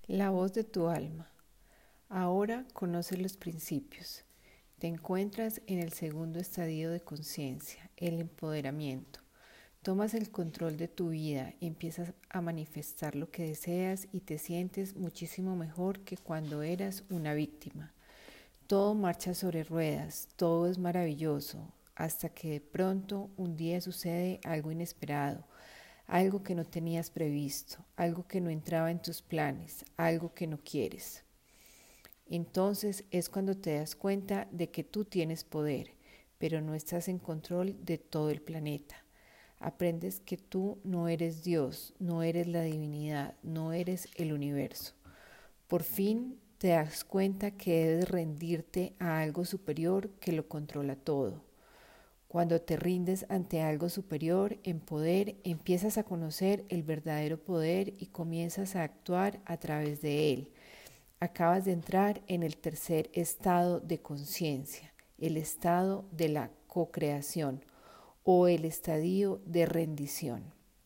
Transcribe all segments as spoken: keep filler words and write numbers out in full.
La voz de tu alma. Ahora conoces los principios. Te encuentras en el segundo estadio de conciencia, el empoderamiento. Tomas el control de tu vida, empiezas a manifestar lo que deseas y te sientes muchísimo mejor que cuando eras una víctima. Todo marcha sobre ruedas, todo es maravilloso, hasta que de pronto un día sucede algo inesperado, algo que no tenías previsto, algo que no entraba en tus planes, algo que no quieres. Entonces es cuando te das cuenta de que tú tienes poder, pero no estás en control de todo el planeta. Aprendes que tú no eres Dios, no eres la divinidad, no eres el universo. Por fin te das cuenta que debes rendirte a algo superior que lo controla todo. Cuando te rindes ante algo superior en poder, empiezas a conocer el verdadero poder y comienzas a actuar a través de él. Acabas de entrar en el tercer estado de conciencia, el estado de la co-creación o el estadio de rendición.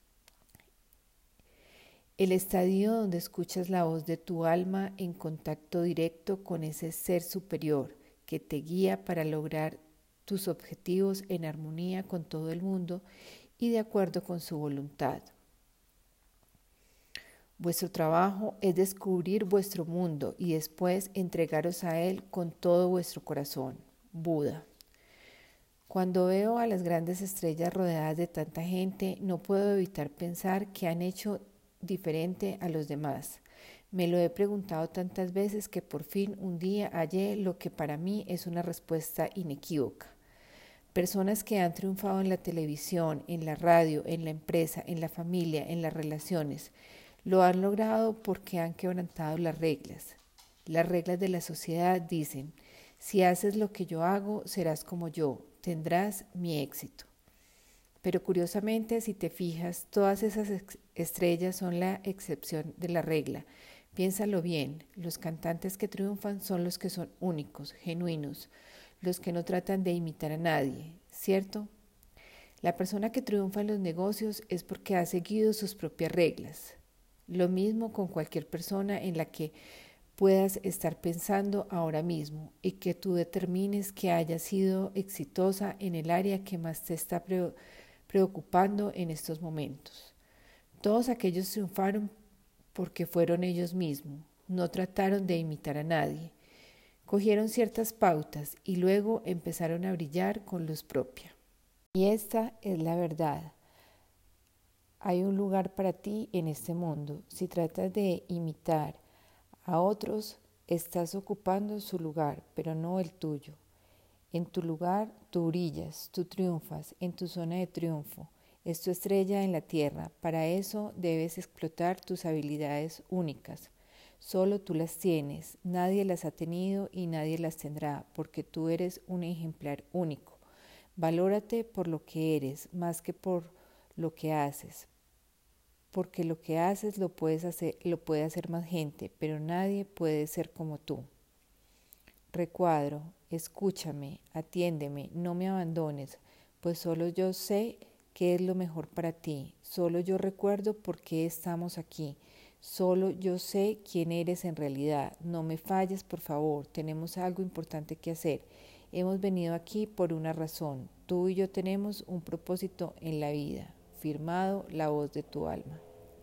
El estadio donde escuchas la voz de tu alma en contacto directo con ese ser superior que te guía para lograr tus objetivos en armonía con todo el mundo y de acuerdo con su voluntad. Vuestro trabajo es descubrir vuestro mundo y después entregaros a él con todo vuestro corazón. Buda. Cuando veo a las grandes estrellas rodeadas de tanta gente, no puedo evitar pensar que han hecho diferente a los demás. Me lo he preguntado tantas veces que por fin un día hallé lo que para mí es una respuesta inequívoca. Personas que han triunfado en la televisión, en la radio, en la empresa, en la familia, en las relaciones, lo han logrado porque han quebrantado las reglas. Las reglas de la sociedad dicen, si haces lo que yo hago, serás como yo, tendrás mi éxito. Pero curiosamente, si te fijas, todas esas estrellas son la excepción de la regla. Piénsalo bien, los cantantes que triunfan son los que son únicos, genuinos, los que no tratan de imitar a nadie, ¿cierto? La persona que triunfa en los negocios es porque ha seguido sus propias reglas. Lo mismo con cualquier persona en la que puedas estar pensando ahora mismo y que tú determines que haya sido exitosa en el área que más te está preocupando en estos momentos. Todos aquellos triunfaron porque fueron ellos mismos, no trataron de imitar a nadie. Cogieron ciertas pautas y luego empezaron a brillar con luz propia. Y esta es la verdad. Hay un lugar para ti en este mundo. Si tratas de imitar a otros, estás ocupando su lugar, pero no el tuyo. En tu lugar tú brillas, tú triunfas, en tu zona de triunfo. Es tu estrella en la tierra. Para eso debes explotar tus habilidades únicas. Solo tú las tienes, nadie las ha tenido y nadie las tendrá, porque tú eres un ejemplar único. Valórate por lo que eres, más que por lo que haces. Porque lo que haces lo puedes hacer, lo puede hacer más gente, pero nadie puede ser como tú. Recuadro, escúchame, atiéndeme, no me abandones, pues solo yo sé qué es lo mejor para ti. Solo yo recuerdo por qué estamos aquí. Solo yo sé quién eres en realidad. No me falles, por favor. Tenemos algo importante que hacer. Hemos venido aquí por una razón. Tú y yo tenemos un propósito en la vida. Firmado, la voz de tu alma.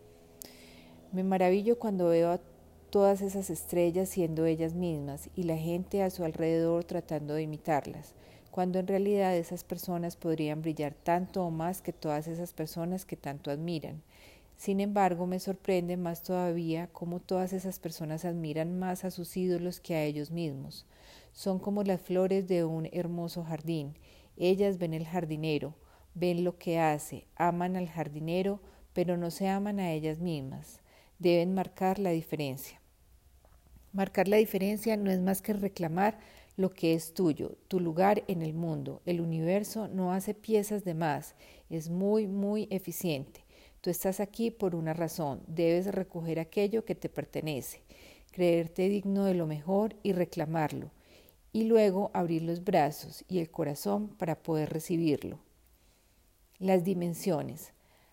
Me maravillo cuando veo a todas esas estrellas siendo ellas mismas y la gente a su alrededor tratando de imitarlas, cuando en realidad esas personas podrían brillar tanto o más que todas esas personas que tanto admiran. Sin embargo, me sorprende más todavía cómo todas esas personas admiran más a sus ídolos que a ellos mismos. Son como las flores de un hermoso jardín. Ellas ven el jardinero, ven lo que hace, aman al jardinero, pero no se aman a ellas mismas. Deben marcar la diferencia. Marcar la diferencia no es más que reclamar lo que es tuyo, tu lugar en el mundo. El universo no hace piezas de más, es muy, muy eficiente. Tú estás aquí por una razón, debes recoger aquello que te pertenece, creerte digno de lo mejor y reclamarlo, y luego abrir los brazos y el corazón para poder recibirlo. Las dimensiones.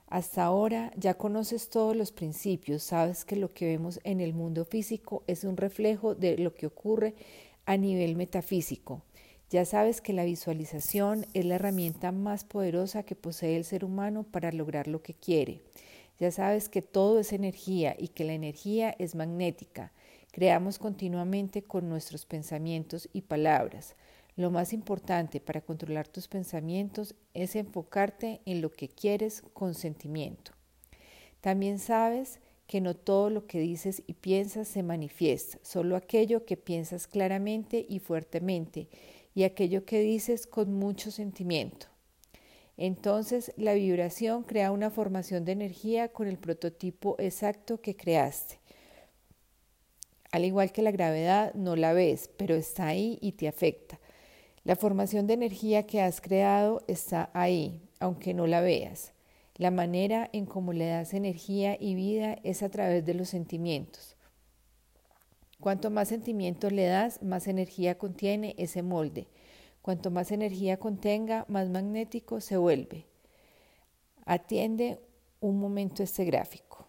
Hasta ahora ya conoces todos los principios, sabes que lo que vemos en el mundo físico es un reflejo de lo que ocurre a nivel metafísico. Ya sabes que la visualización es la herramienta más poderosa que posee el ser humano para lograr lo que quiere. Ya sabes que todo es energía y que la energía es magnética. Creamos continuamente con nuestros pensamientos y palabras. Lo más importante para controlar tus pensamientos es enfocarte en lo que quieres con sentimiento. También sabes que no todo lo que dices y piensas se manifiesta, solo aquello que piensas claramente y fuertemente y aquello que dices con mucho sentimiento. Entonces la vibración crea una formación de energía con el prototipo exacto que creaste. Al igual que la gravedad, no la ves, pero está ahí y te afecta. La formación de energía que has creado está ahí, aunque no la veas. La manera en cómo le das energía y vida es a través de los sentimientos. Cuanto más sentimientos le das, más energía contiene ese molde. Cuanto más energía contenga, más magnético se vuelve. Atiende un momento este gráfico.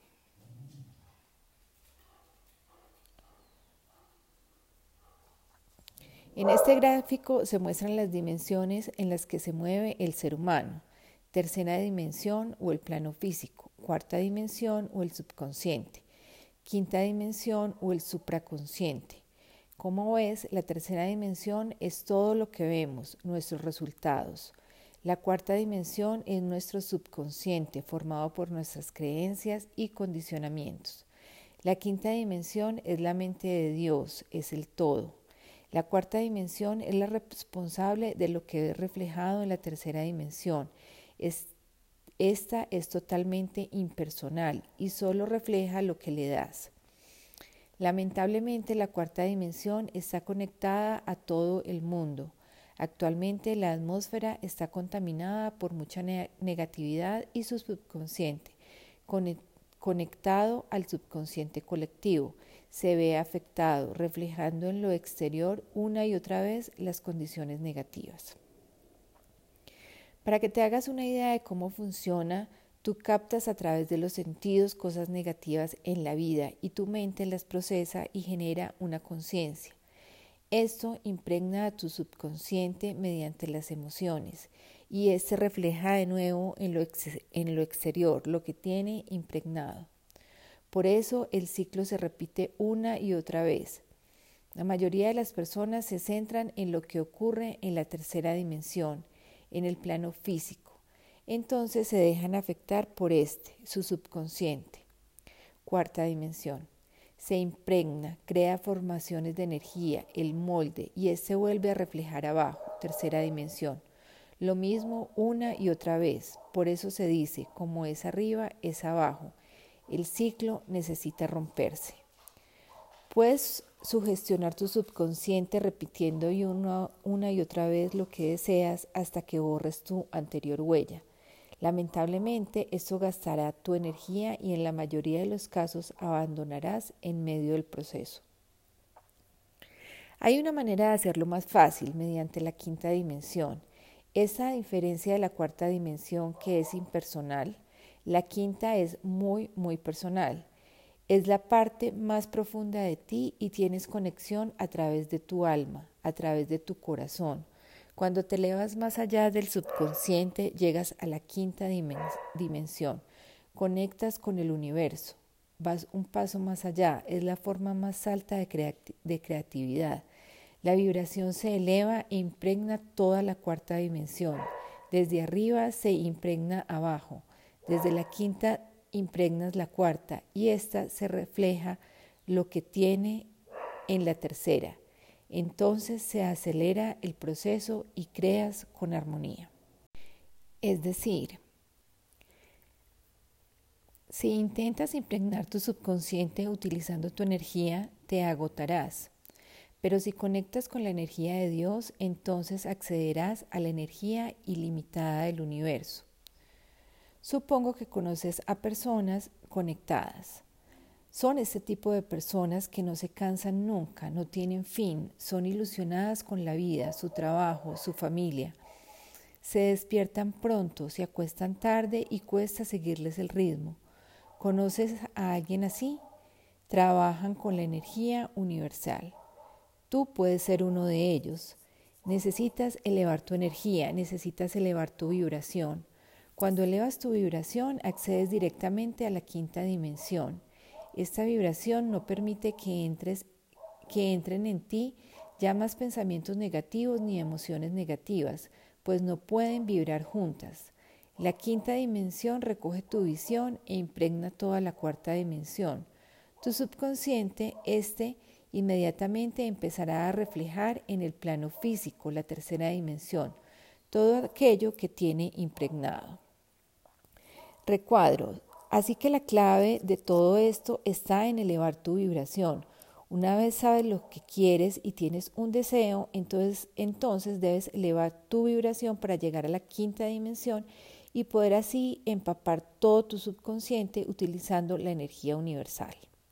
En este gráfico se muestran las dimensiones en las que se mueve el ser humano. Tercera dimensión o el plano físico, cuarta dimensión o el subconsciente, quinta dimensión o el supraconsciente. Como ves, la tercera dimensión es todo lo que vemos, nuestros resultados. La cuarta dimensión es nuestro subconsciente, formado por nuestras creencias y condicionamientos. La quinta dimensión es la mente de Dios, es el todo. La cuarta dimensión es la responsable de lo que es reflejado en la tercera dimensión. Es, esta es totalmente impersonal y solo refleja lo que le das. Lamentablemente, la cuarta dimensión está conectada a todo el mundo. Actualmente la atmósfera está contaminada por mucha ne- negatividad y su subconsciente, conectado al subconsciente colectivo, se ve afectado, reflejando en lo exterior una y otra vez las condiciones negativas. Para que te hagas una idea de cómo funciona, tú captas a través de los sentidos cosas negativas en la vida y tu mente las procesa y genera una conciencia. Esto impregna a tu subconsciente mediante las emociones y este refleja de nuevo en lo, ex- en lo exterior lo que tiene impregnado. Por eso el ciclo se repite una y otra vez. La mayoría de las personas se centran en lo que ocurre en la tercera dimensión, en el plano físico. Entonces se dejan afectar por este, su subconsciente. Cuarta dimensión. Se impregna, crea formaciones de energía, el molde, y este vuelve a reflejar abajo, tercera dimensión. Lo mismo una y otra vez. Por eso se dice, como es arriba, es abajo. El ciclo necesita romperse. Puedes sugestionar tu subconsciente repitiendo una, una y otra vez lo que deseas hasta que borres tu anterior huella. Lamentablemente, esto gastará tu energía y en la mayoría de los casos abandonarás en medio del proceso. Hay una manera de hacerlo más fácil mediante la quinta dimensión. Esa diferencia de la cuarta dimensión que es impersonal, la quinta es muy, muy personal. Es la parte más profunda de ti y tienes conexión a través de tu alma, a través de tu corazón. Cuando te elevas más allá del subconsciente, llegas a la quinta dimensión. Conectas con el universo. Vas un paso más allá. Es la forma más alta de, creati- de creatividad. La vibración se eleva e impregna toda la cuarta dimensión. Desde arriba se impregna abajo. Desde la quinta impregnas la cuarta y esta se refleja lo que tiene en la tercera. Entonces se acelera el proceso y creas con armonía. Es decir, si intentas impregnar tu subconsciente utilizando tu energía, te agotarás. Pero si conectas con la energía de Dios, entonces accederás a la energía ilimitada del universo. Supongo que conoces a personas conectadas. Son ese tipo de personas que no se cansan nunca, no tienen fin, son ilusionadas con la vida, su trabajo, su familia. Se despiertan pronto, se acuestan tarde y cuesta seguirles el ritmo. ¿Conoces a alguien así? Trabajan con la energía universal. Tú puedes ser uno de ellos. Necesitas elevar tu energía, necesitas elevar tu vibración. Cuando elevas tu vibración, accedes directamente a la quinta dimensión. Esta vibración no permite que entres, que entren en ti ya más pensamientos negativos ni emociones negativas, pues no pueden vibrar juntas. La quinta dimensión recoge tu visión e impregna toda la cuarta dimensión. Tu subconsciente, este, inmediatamente empezará a reflejar en el plano físico, la tercera dimensión, todo aquello que tiene impregnado. Recuadro. Así que la clave de todo esto está en elevar tu vibración. Una vez sabes lo que quieres y tienes un deseo, entonces, entonces debes elevar tu vibración para llegar a la quinta dimensión y poder así empapar todo tu subconsciente utilizando la energía universal.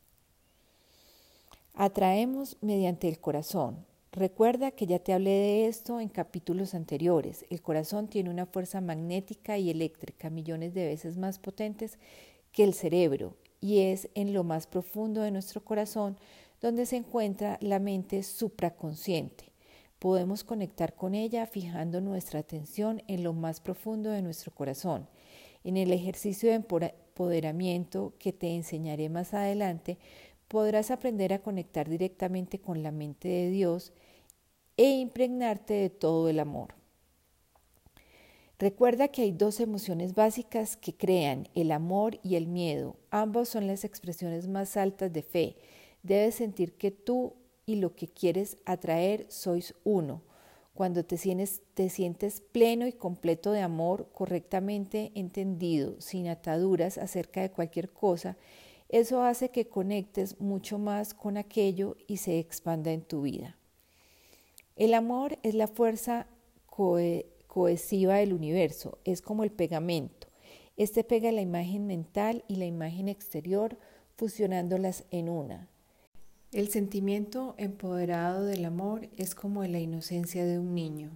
Atraemos mediante el corazón. Recuerda que ya te hablé de esto en capítulos anteriores. El corazón tiene una fuerza magnética y eléctrica millones de veces más potentes que el cerebro y es en lo más profundo de nuestro corazón donde se encuentra la mente supraconsciente. Podemos conectar con ella fijando nuestra atención en lo más profundo de nuestro corazón. En el ejercicio de empoderamiento que te enseñaré más adelante, podrás aprender a conectar directamente con la mente de Dios e impregnarte de todo el amor. Recuerda que hay dos emociones básicas que crean, el amor y el miedo. Ambos son las expresiones más altas de fe. Debes sentir que tú y lo que quieres atraer sois uno. Cuando te sientes, te sientes pleno y completo de amor, correctamente entendido, sin ataduras acerca de cualquier cosa, eso hace que conectes mucho más con aquello y se expanda en tu vida. El amor es la fuerza cohe- cohesiva del universo, es como el pegamento. Este pega la imagen mental y la imagen exterior, fusionándolas en una. El sentimiento empoderado del amor es como la inocencia de un niño.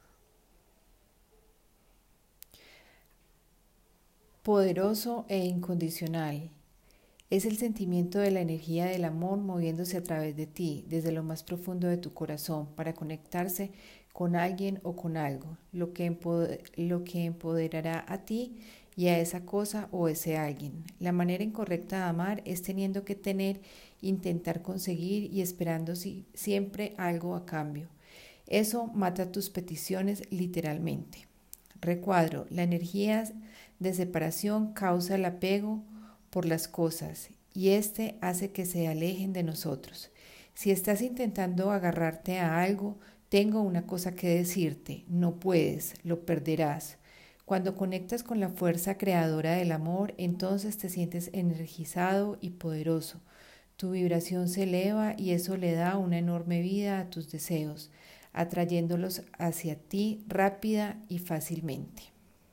Poderoso e incondicional. Es el sentimiento de la energía del amor moviéndose a través de ti, desde lo más profundo de tu corazón, para conectarse con alguien o con algo, lo que, empoder- lo que empoderará a ti y a esa cosa o ese alguien. La manera incorrecta de amar es teniendo que tener, intentar conseguir y esperando si, siempre algo a cambio. Eso mata tus peticiones literalmente. Recuadro, la energía de separación causa el apego por las cosas y este hace que se alejen de nosotros. Si estás intentando agarrarte a algo, tengo una cosa que decirte, no puedes, lo perderás. Cuando conectas con la fuerza creadora del amor, entonces te sientes energizado y poderoso. Tu vibración se eleva y eso le da una enorme vida a tus deseos, atrayéndolos hacia ti rápida y fácilmente.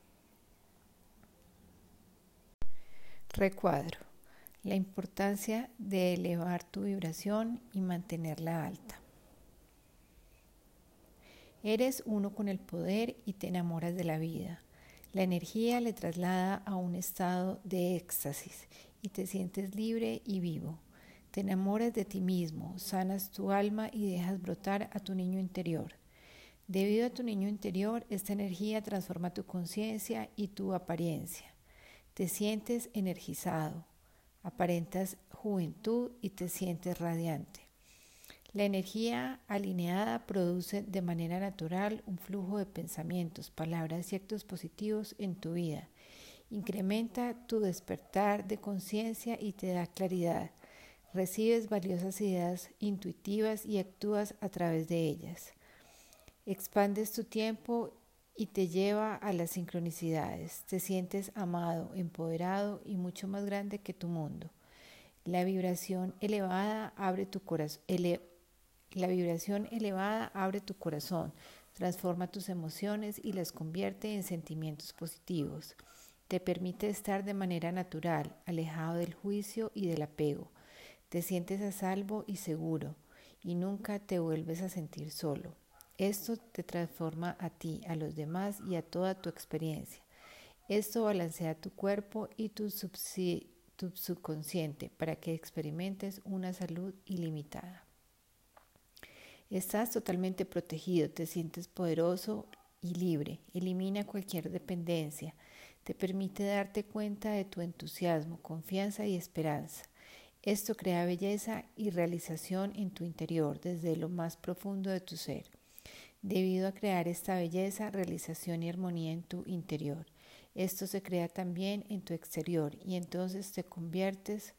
Recuadro. La importancia de elevar tu vibración y mantenerla alta. Eres uno con el poder y te enamoras de la vida. La energía le traslada a un estado de éxtasis y te sientes libre y vivo. Te enamoras de ti mismo, sanas tu alma y dejas brotar a tu niño interior. Debido a tu niño interior, esta energía transforma tu conciencia y tu apariencia. Te sientes energizado, aparentas juventud y te sientes radiante. La energía alineada produce de manera natural un flujo de pensamientos, palabras y actos positivos en tu vida. Incrementa tu despertar de conciencia y te da claridad. Recibes valiosas ideas intuitivas y actúas a través de ellas. Expandes tu tiempo y te lleva a las sincronicidades. Te sientes amado, empoderado y mucho más grande que tu mundo. La vibración elevada abre tu corazón. Ele- la vibración elevada abre tu corazón, transforma tus emociones y las convierte en sentimientos positivos. Te permite estar de manera natural, alejado del juicio y del apego. Te sientes a salvo y seguro y nunca te vuelves a sentir solo. Esto te transforma a ti, a los demás y a toda tu experiencia. Esto balancea tu cuerpo y tu, subsi- tu subconsciente para que experimentes una salud ilimitada. Estás totalmente protegido, te sientes poderoso y libre. Elimina cualquier dependencia. Te permite darte cuenta de tu entusiasmo, confianza y esperanza. Esto crea belleza y realización en tu interior, desde lo más profundo de tu ser. Debido a crear esta belleza, realización y armonía en tu interior, esto se crea también en tu exterior y entonces te conviertes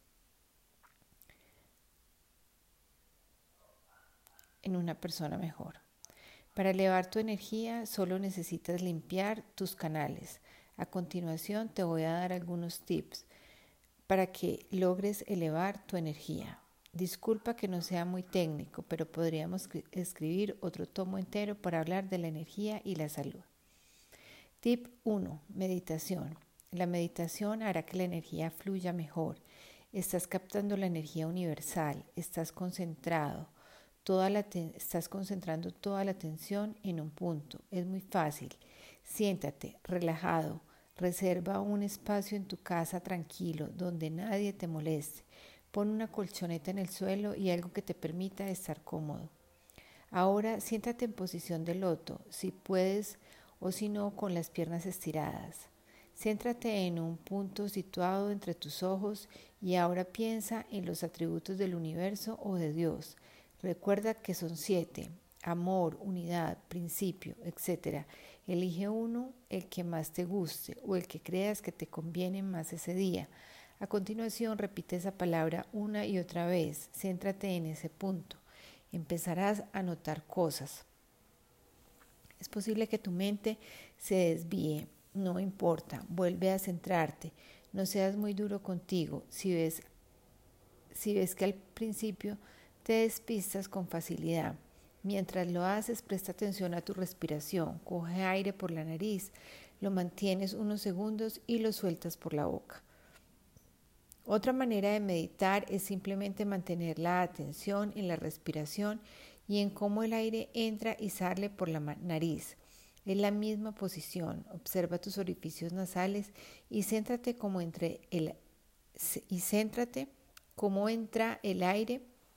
en una persona mejor. Para elevar tu energía solo necesitas limpiar tus canales. A continuación te voy a dar algunos tips para que logres elevar tu energía. Disculpa que no sea muy técnico, pero podríamos escribir otro tomo entero para hablar de la energía y la salud. Tip uno. Meditación. La meditación hará que la energía fluya mejor. Estás captando la energía universal, estás concentrado, toda la te- estás concentrando toda la atención en un punto. Es muy fácil. Siéntate, relajado. Reserva un espacio en tu casa tranquilo, donde nadie te moleste. Pon una colchoneta en el suelo y algo que te permita estar cómodo. Ahora siéntate en posición de loto, si puedes o si no con las piernas estiradas. Céntrate en un punto situado entre tus ojos y ahora piensa en los atributos del universo o de Dios. Recuerda que son siete: amor, unidad, principio, etcétera. Elige uno, el que más te guste o el que creas que te conviene más ese día. A continuación repite esa palabra una y otra vez. Céntrate en ese punto. Empezarás a notar cosas. Es posible que tu mente se desvíe. No importa, vuelve a centrarte. No seas muy duro contigo. Si ves, si ves que al principio te despistas con facilidad. Mientras lo haces, presta atención a tu respiración. Coge aire por la nariz, lo mantienes unos segundos y lo sueltas por la boca. Otra manera de meditar es simplemente mantener la atención en la respiración y en cómo el aire entra y sale por la nariz. Es la misma posición. Observa tus orificios nasales y céntrate como entre el y céntrate cómo entra el aire.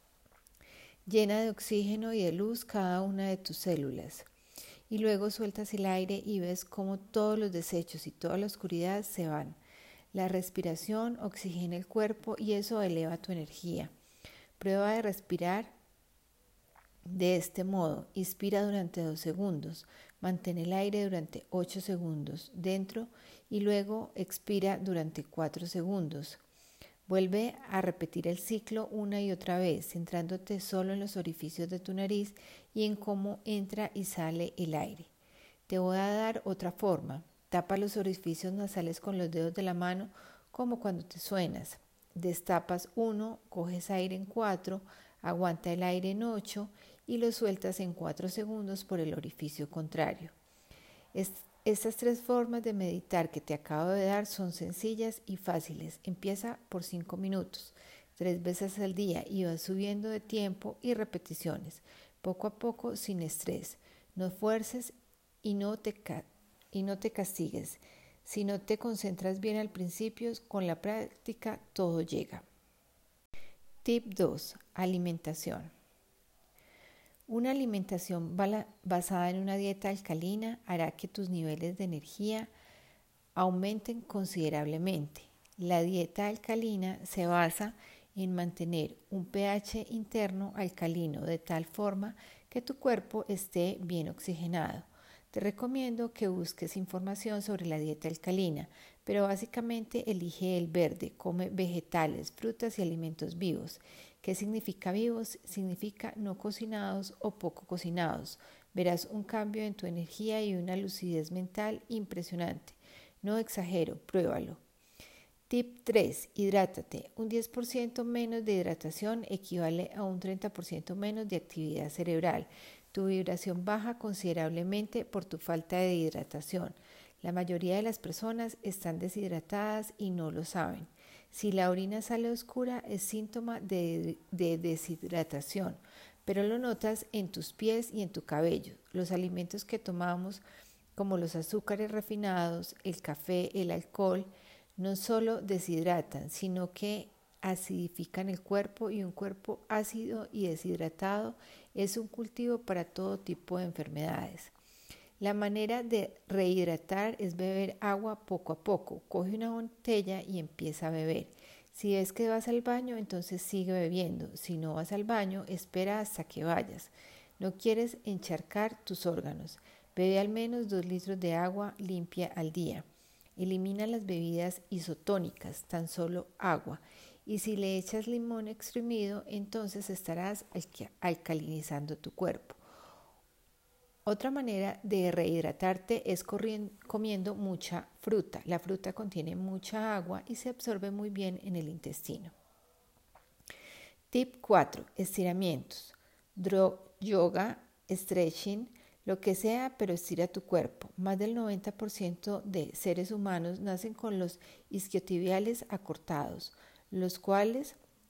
Llena de oxígeno y de luz cada una de tus células. Y luego sueltas el aire y ves cómo todos los desechos y toda la oscuridad se van. La respiración oxigena el cuerpo y eso eleva tu energía. Prueba de respirar de este modo. Inspira durante dos segundos. Mantén el aire durante ocho segundos dentro y luego expira durante cuatro segundos. Vuelve a repetir el ciclo una y otra vez, centrándote solo en los orificios de tu nariz y en cómo entra y sale el aire. Te voy a dar otra forma. Tapa los orificios nasales con los dedos de la mano como cuando te suenas. Destapas uno, coges aire en cuatro, aguanta el aire en ocho y lo sueltas en cuatro segundos por el orificio contrario. Es, estas tres formas de meditar que te acabo de dar son sencillas y fáciles. Empieza por cinco minutos, tres veces al día y vas subiendo de tiempo y repeticiones, poco a poco sin estrés. No fuerces y no te, y no te castigues. Si no te concentras bien al principio, con la práctica todo llega. Tip dos. Alimentación. Una alimentación basada en una dieta alcalina hará que tus niveles de energía aumenten considerablemente. La dieta alcalina se basa en mantener un pH interno alcalino de tal forma que tu cuerpo esté bien oxigenado. Te recomiendo que busques información sobre la dieta alcalina, pero básicamente elige el verde, come vegetales, frutas y alimentos vivos. ¿Qué significa vivos? Significa no cocinados o poco cocinados. Verás un cambio en tu energía y una lucidez mental impresionante. No exagero, pruébalo. Tip tres. Hidrátate. Un diez por ciento menos de hidratación equivale a un treinta por ciento menos de actividad cerebral. Tu vibración baja considerablemente por tu falta de hidratación. La mayoría de las personas están deshidratadas y no lo saben. Si la orina sale oscura es síntoma de, de deshidratación, pero lo notas en tus pies y en tu cabello. Los alimentos que tomamos, como los azúcares refinados, el café, el alcohol, no solo deshidratan, sino que acidifican el cuerpo, y un cuerpo ácido y deshidratado es un cultivo para todo tipo de enfermedades. La manera de rehidratar es beber agua poco a poco. Coge una botella y empieza a beber. Si ves que vas al baño, entonces sigue bebiendo. Si no vas al baño, espera hasta que vayas. No quieres encharcar tus órganos. Bebe al menos dos litros de agua limpia al día. Elimina las bebidas isotónicas, tan solo agua. Y si le echas limón exprimido, entonces estarás alcalinizando tu cuerpo. Otra manera de rehidratarte es comiendo mucha fruta. La fruta contiene mucha agua y se absorbe muy bien en el intestino. Tip cuatro. Estiramientos. Yoga, stretching, lo que sea, pero estira tu cuerpo. Más del noventa por ciento de seres humanos nacen con los isquiotibiales acortados, los cuales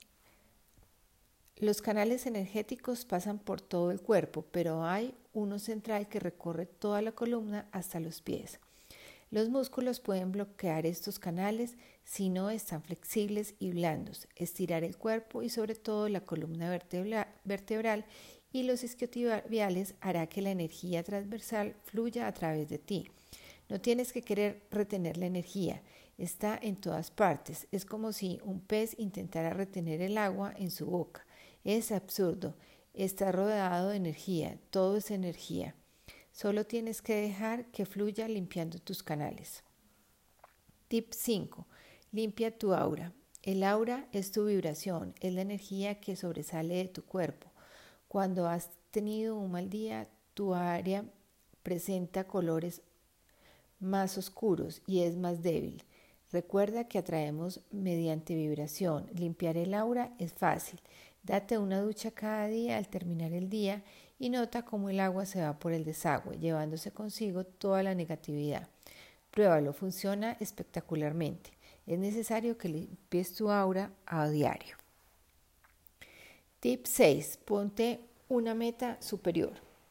los canales energéticos pasan por todo el cuerpo, pero hay uno central que recorre toda la columna hasta los pies. Los músculos pueden bloquear estos canales si no están flexibles y blandos. Estirar el cuerpo y sobre todo la columna vertebral y los isquiotibiales hará que la energía transversal fluya a través de ti. No tienes que querer retener la energía, está en todas partes. Es como si un pez intentara retener el agua en su boca. Es absurdo. Está rodeado de energía, todo es energía. Solo tienes que dejar que fluya limpiando tus canales. Tip cinco. Limpia tu aura. El aura es tu vibración, es la energía que sobresale de tu cuerpo. Cuando has tenido un mal día, tu área presenta colores más oscuros y es más débil. Recuerda que atraemos mediante vibración. Limpiar el aura es fácil. Date una ducha cada día al terminar el día y nota cómo el agua se va por el desagüe, llevándose consigo toda la negatividad. Pruébalo, funciona espectacularmente. Es necesario que limpies tu aura a diario. Tip seis. Ponte una meta superior.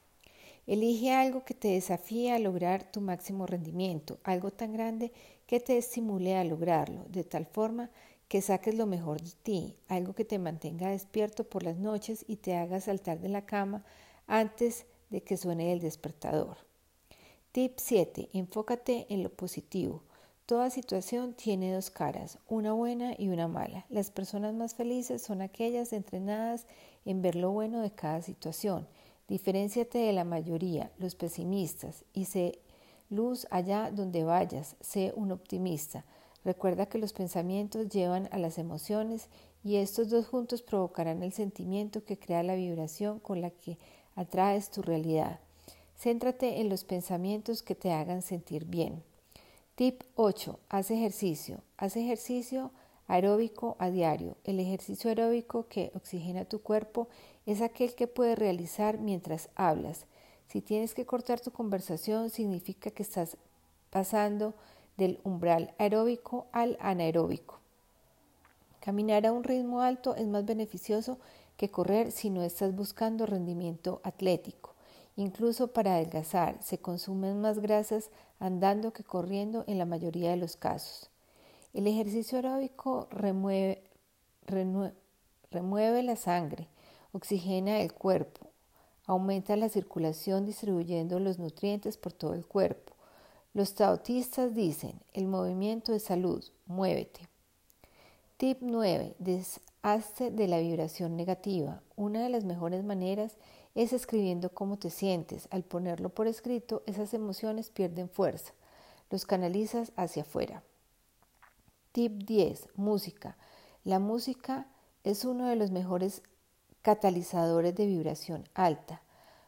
Elige algo que te desafíe a lograr tu máximo rendimiento, algo tan grande que te estimule a lograrlo, de tal forma que saques lo mejor de ti, algo que te mantenga despierto por las noches y te haga saltar de la cama antes de que suene el despertador. Tip siete. Enfócate en lo positivo. Toda situación tiene dos caras, una buena y una mala. Las personas más felices son aquellas entrenadas en ver lo bueno de cada situación. Diferénciate de la mayoría, los pesimistas, y sé luz allá donde vayas, sé un optimista. Recuerda que los pensamientos llevan a las emociones y estos dos juntos provocarán el sentimiento que crea la vibración con la que atraes tu realidad. Céntrate en los pensamientos que te hagan sentir bien. Tip ocho. Haz ejercicio. Haz ejercicio aeróbico a diario. El ejercicio aeróbico que oxigena tu cuerpo es aquel que puedes realizar mientras hablas. Si tienes que cortar tu conversación, significa que estás pasando del umbral aeróbico al anaeróbico. Caminar a un ritmo alto es más beneficioso que correr si no estás buscando rendimiento atlético. Incluso para adelgazar, se consumen más grasas andando que corriendo en la mayoría de los casos. El ejercicio aeróbico remueve, renue, remueve la sangre, oxigena el cuerpo, aumenta la circulación distribuyendo los nutrientes por todo el cuerpo. Los taoístas dicen, el movimiento es salud, muévete. Tip nueve. Deshazte de la vibración negativa. Una de las mejores maneras es escribiendo cómo te sientes. Al ponerlo por escrito, esas emociones pierden fuerza. Los canalizas hacia afuera. Tip diez. Música. La música es uno de los mejores catalizadores de vibración alta.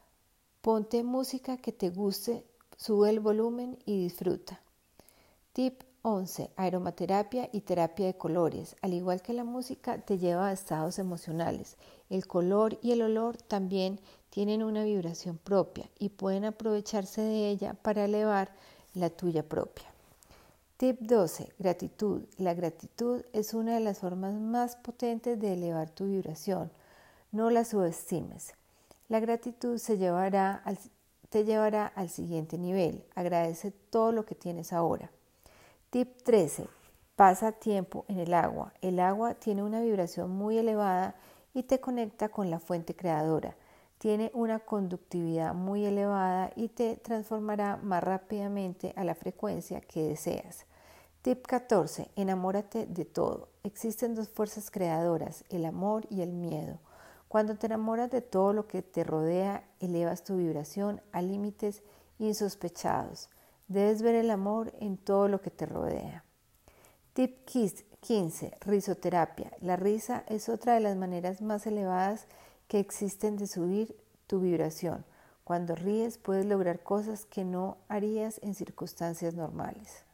Ponte música que te guste, sube el volumen y disfruta. Tip once. Aromaterapia y terapia de colores. Al igual que la música, te lleva a estados emocionales. El color y el olor también tienen una vibración propia y pueden aprovecharse de ella para elevar la tuya propia. Tip doce. Gratitud. La gratitud es una de las formas más potentes de elevar tu vibración. No la subestimes. La gratitud se llevará al, te llevará al siguiente nivel. Agradece todo lo que tienes ahora. Tip trece. Pasa tiempo en el agua. El agua tiene una vibración muy elevada y te conecta con la fuente creadora. Tiene una conductividad muy elevada y te transformará más rápidamente a la frecuencia que deseas. Tip catorce. Enamórate de todo. Existen dos fuerzas creadoras, el amor y el miedo. Cuando te enamoras de todo lo que te rodea, elevas tu vibración a límites insospechados. Debes ver el amor en todo lo que te rodea. Tip quince. Risoterapia. La risa es otra de las maneras más elevadas que existen de subir tu vibración. Cuando ríes puedes lograr cosas que no harías en circunstancias normales.